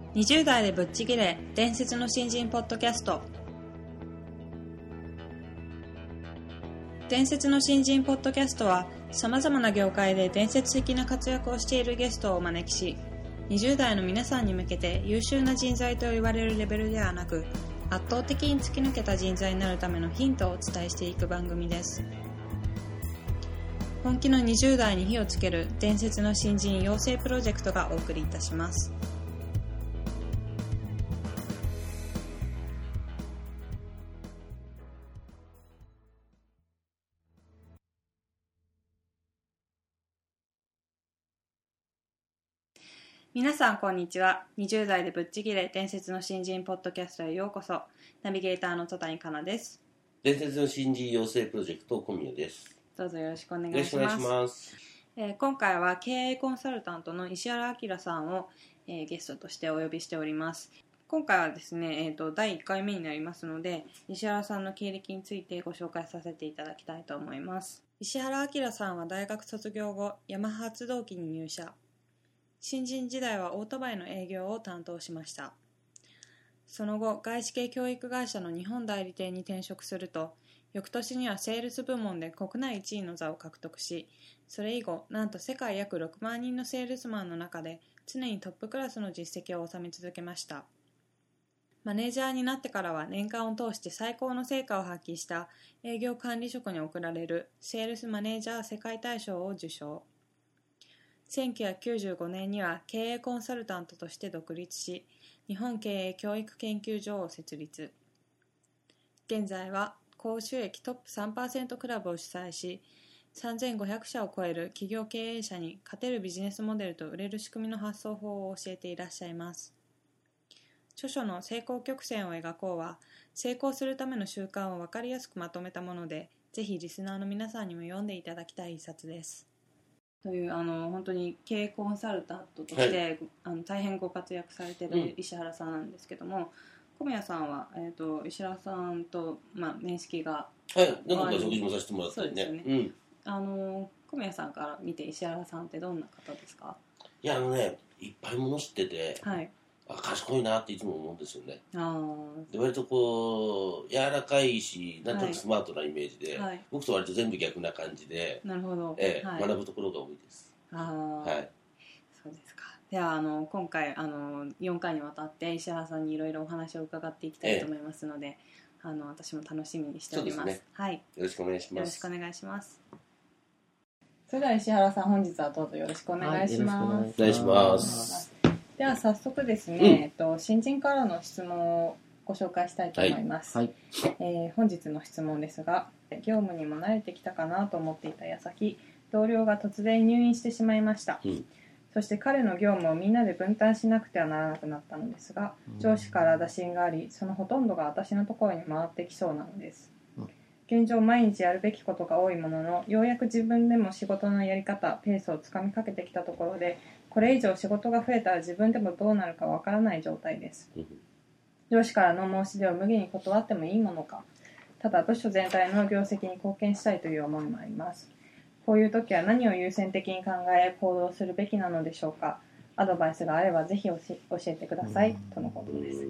20代でぶっちぎれ伝説の新人ポッドキャスト。伝説の新人ポッドキャストはさまざまな業界で伝説的な活躍をしているゲストをお招きし、20代の皆さんに向けて優秀な人材と言われるレベルではなく、圧倒的に突き抜けた人材になるためのヒントをお伝えしていく番組です。本気の20代に火をつける伝説の新人養成プロジェクトがお送りいたします。皆さんこんにちは。20代でぶっちぎれ伝説の新人ポッドキャストへようこそ。ナビゲーターの戸谷香奈です。 伝説の新人養成プロジェクト小宮です。 どうぞよろしくお願いします。今回は経営コンサルタントの石原明さんを、ゲストとしてお呼びしております。今回はですね、第1回目になりますので、石原さんの経歴についてご紹介させていただきたいと思います。石原明さんは大学卒業後、ヤマハ発動機に入社。新人時代はオートバイの営業を担当しました。その後、外資系教育会社の日本代理店に転職すると、翌年にはセールス部門で国内1位の座を獲得し、それ以後、なんと世界約6万人のセールスマンの中で常にトップクラスの実績を収め続けました。マネージャーになってからは年間を通して最高の成果を発揮した営業管理職に贈られるセールスマネージャー世界大賞を受賞。1995年には経営コンサルタントとして独立し、日本経営教育研究所を設立。現在は高収益トップ 3% クラブを主催し、3500社を超える企業経営者に勝てるビジネスモデルと売れる仕組みの発想法を教えていらっしゃいます。著書の成功曲線を描こうは、成功するための習慣を分かりやすくまとめたもので、ぜひリスナーの皆さんにも読んでいただきたい一冊です。という本当に経営コンサルタントとして、大変ご活躍されている石原さんなんですけども、小宮さんは、石原さんと、面識が何度か食事もさせてもらったりね。そうですね。 小宮さんから見て石原さんってどんな方ですか？ いやいっぱいもの知ってて、はい、賢いなっていつも思うんですよね。で割とこう柔らかいしなんとなくスマートなイメージで、はい、僕と割と全部逆な感じで、なるほど、はい、学ぶところが多いです。 はい、そうですか。では今回4回にわたって石原さんにいろいろお話を伺っていきたいと思いますので、私も楽しみにしております。 そうですね。 はい、 よろしくお願いします。 よろしくお願いします。それでは石原さん、本日はどうぞよろしくお願いします。 はい、お願いします。 では早速ですね、新人からの質問をご紹介したいと思います。はいはい。本日の質問ですが、業務にも慣れてきたかなと思っていた矢先、同僚が突然入院してしまいました。そして彼の業務をみんなで分担しなくてはならなくなったのですが、上司から打診があり、そのほとんどが私のところに回ってきそうなのです。現状毎日やるべきことが多いものの、ようやく自分でも仕事のやり方、ペースをつかみかけてきたところで、これ以上仕事が増えたら自分でもどうなるかわからない状態です。上司からの申し出を無限に断ってもいいものか、ただ部署全体の業績に貢献したいという思いもあります。こういう時は何を優先的に考え行動するべきなのでしょうか。アドバイスがあればぜひ教えてくださいとのことです。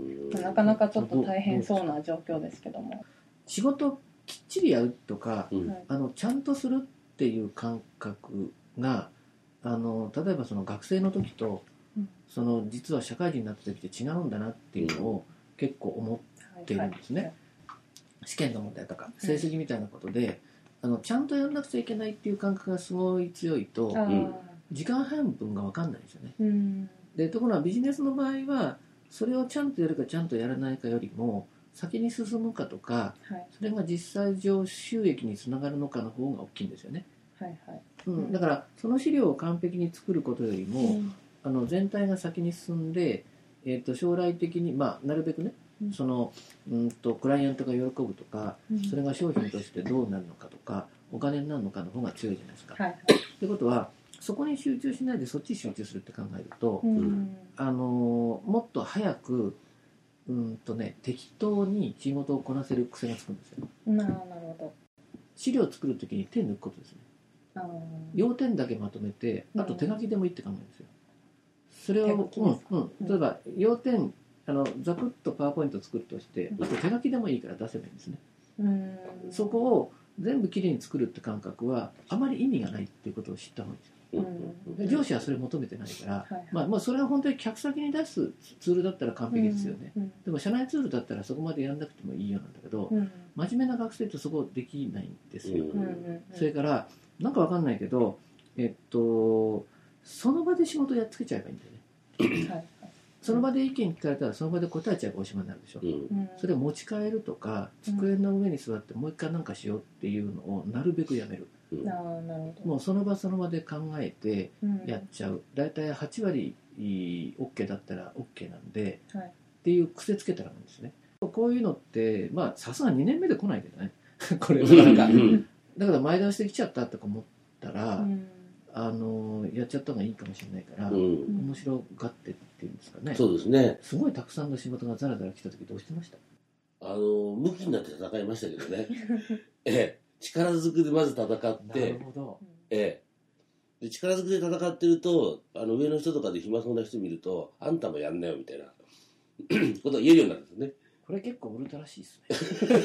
なかなかちょっと大変そうな状況ですけども、 仕事きっちりやるとか、ちゃんとするっていう感覚が例えばその学生の時と、実は社会人になった時って違うんだなっていうのを結構思っているんですね。試験の問題とか成績みたいなことで、ちゃんとやらなくちゃいけないっていう感覚がすごい強いと、時間配分が分かんないですよね。でところがビジネスの場合はそれをちゃんとやるかちゃんとやらないかよりも先に進むかとか、それが実際上収益につながるのかの方が大きいんですよね。だからその資料を完璧に作ることよりも、全体が先に進んで、将来的に、なるべくね、クライアントが喜ぶとか、それが商品としてどうなるのかとかお金になるのかの方が強いじゃないですか。ということはそこに集中しないでそっちに集中するって考えると、もっと早く適当に仕事をこなせる癖がつくんですよ。 なるほど。 資料を作るときに手抜くことですね。要点だけまとめて、あと手書きでもいいって考えるんですよ。 それを、例えば要点ざくっとパワーポイント作るとして、あと手書きでもいいから出せばいいんですね。そこを全部きれいに作るって感覚はあまり意味がないっていうことを知った方がいいですよ。上司はそれ求めてないから、まあそれは本当に客先に出すツールだったら完璧ですよね。でも社内ツールだったらそこまでやんなくてもいいようなんだけど、真面目な学生ってそこできないんですよ。それからなんかわかんないけど、その場で仕事やっつけちゃえばいいんだよね。その場で意見聞かれたらその場で答えちゃえばおしまいになるでしょ。それを持ち帰るとか机の上に座ってもう一回何かしようっていうのをなるべくやめる。もうその場その場で考えてやっちゃう。だいたい8割 OK だったら OK なんで、っていう癖つけたらなんですね。こういうのってまあさすが2年目で来ないけどねこれなんかだから前倒しできちゃったとか思ったら、やっちゃった方がいいかもしれないから、面白がってっていうんですかね。 そうですね。 すごいたくさんの仕事がザラザラ来た時どうしてました？ 向きになって戦いましたけどね力ずくでまず戦って、 なるほど、 で力ずくで戦ってると上の人とかで暇そうな人見るとあんたもやんなよみたいなことが言えるようになるんですね。 これ結構ウルトラしいですね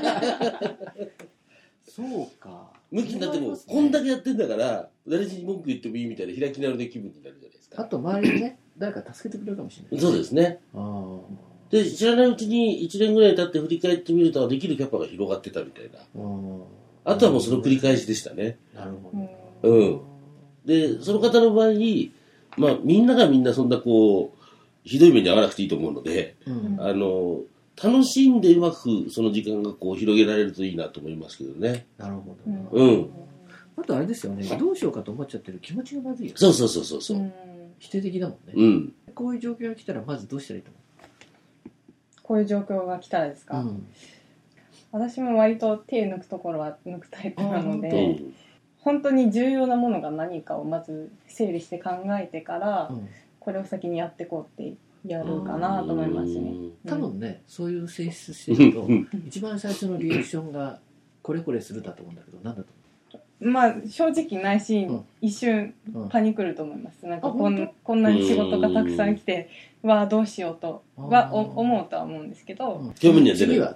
そうか。 向きになっても、こんだけやってんだから誰に文句言ってもいいみたいな開き直りで気分になるじゃないですか。 あと周りにね誰か助けてくれるかもしれない、 そうですね。で知らないうちに1年ぐらい経って振り返ってみるとできるキャパが広がってたみたいな。あとはもうその繰り返しでしたね。 なるほど。 でその方の場合まあみんながみんなそんなこうひどい目に遭わなくていいと思うので、楽しんでうまくその時間がこう広げられるといいなと思いますけどね。 なるほど。あとあれですよね、どうしようかと思っちゃってる気持ちがまずいよね。 そう。 否定的だもんね。こういう状況が来たらまずどうしたらいいと思う？ こういう状況が来たらですか？私も割と手抜くところは抜くタイプなので、本当に重要なものが何かをまず整理して考えてから、これを先にやっていこうってやるかなと思いますね。 多分ね、そういう性質してると一番最初のリアクションがこれこれするだと思うんだけど、なんだと思う？ まあ正直内心、一瞬パニクると思います。なんかこんなに仕事がたくさん来てわあどうしようとは思うとは思うんですけど、 次は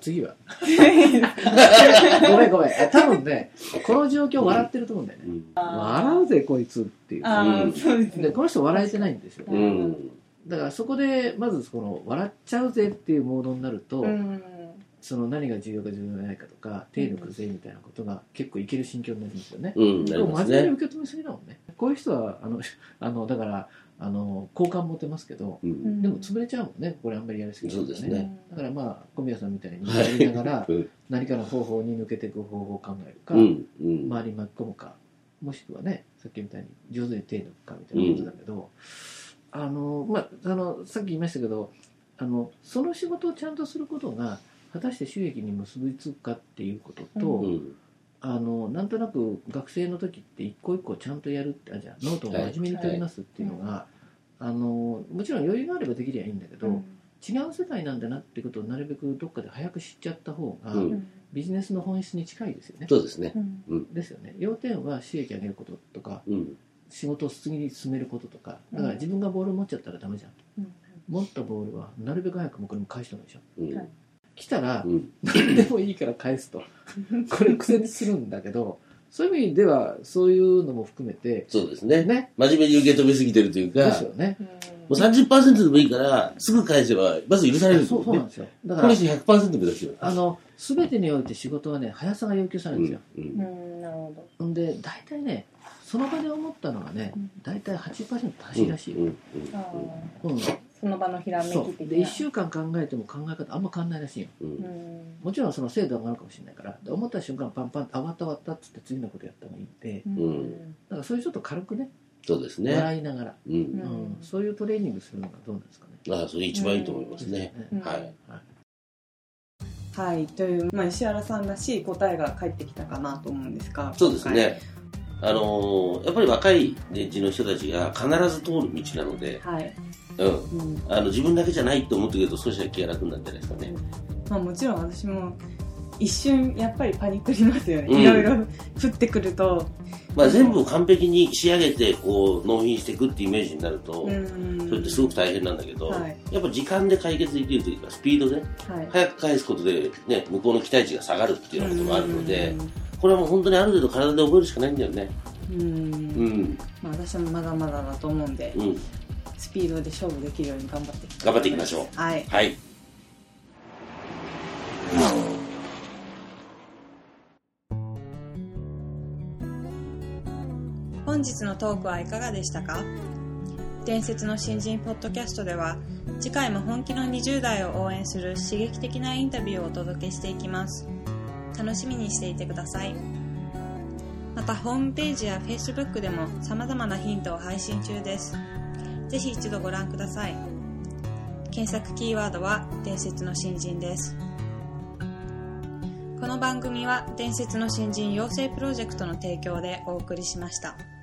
ごめん多分ねこの状況笑ってると思うんだよね。笑うぜこいつっていう。 そうですね。 でこの人笑えてないんですよ。だからそこでまずこの笑っちゃうぜっていうモードになると、その何が重要か重要ないかとか手抜くぜみたいなことが結構いける心境になりますよね。でも真面目に受け止めすぎだもんね。こういう人はだから好感持てますけど、でも潰れちゃうもんね。これあんまりやりすぎるとね。だからまあ小宮さんみたいにやりながら何かの方法に抜けていく方法を考えるか、周りに巻き込むか、もしくはねさっきみたいに上手に手抜くかみたいなことだけど、さっき言いましたけどその仕事をちゃんとすることが果たして収益に結びつくかっていうことと、なんとなく学生の時って一個一個ちゃんとやるってじゃあノートを真面目に取りますっていうのが、もちろん余裕があればできりゃいいんだけど、違う世界なんだなってことをなるべくどっかで早く知っちゃった方が、ビジネスの本質に近いですよね。 そうですね。 ですよね。要点は収益上げることとか、仕事を次に進めることとか、だから自分がボールを持っちゃったらダメじゃん。持ったボールはなるべく早くもうこれも返した方がいいでしょ。来たら何でもいいから返すとこれ癖にするんだけど、そういう意味ではそういうのも含めてそうですね。真面目に受け止めすぎてるというか、 ですよね。 もう 30% でもいいからすぐ返せばまず許されるんですよね。 そうなんですよ。だからこれ 100% 目指してる。 全てにおいて仕事はね速さが要求されるんですよ。 なるほど。 で大体ねその場で思ったのがね大体 80% 正しいらしいよ。 その場のひらめき的な。 で1週間考えても考え方あんま変わんないらしいよ。もちろんその精度が上がるかもしれないから、思った瞬間パンパン終わったっつって次のことやった方がいいんで、だからそういうちょっと軽くね、 そうですね、 笑いながら、そういうトレーニングするのがどうなんですかね。 それ一番いいと思いますね。 はい、という、石原さんらしい答えが返ってきたかなと思うんですが、 そうですね。やっぱり若い年次の人たちが必ず通る道なので、自分だけじゃないって思ってくると少しは気が楽になるんじゃないですかね。 もちろん私も一瞬やっぱりパニックりますよね。いろいろ降ってくるとまあ、全部完璧に仕上げてこう納品していくっていうイメージになると、それってすごく大変なんだけど、やっぱ時間で解決できるというかスピードで早く返すことで、ね、向こうの期待値が下がるっていうようなことがあるので、これはもう本当にある程度体で覚えるしかないんだよね。 まあ、私もまだまだだと思うんで、スピードで勝負できるように頑張っていきましょう。 はい、本日のトークはいかがでしたか？伝説の新人ポッドキャストでは次回も本気の20代を応援する刺激的なインタビューをお届けしていきます。楽しみにしていてください。またホームページや Facebook でも様々なヒントを配信中です。ぜひ一度ご覧ください。検索キーワードは伝説の新人です。この番組は伝説の新人養成プロジェクトの提供でお送りしました。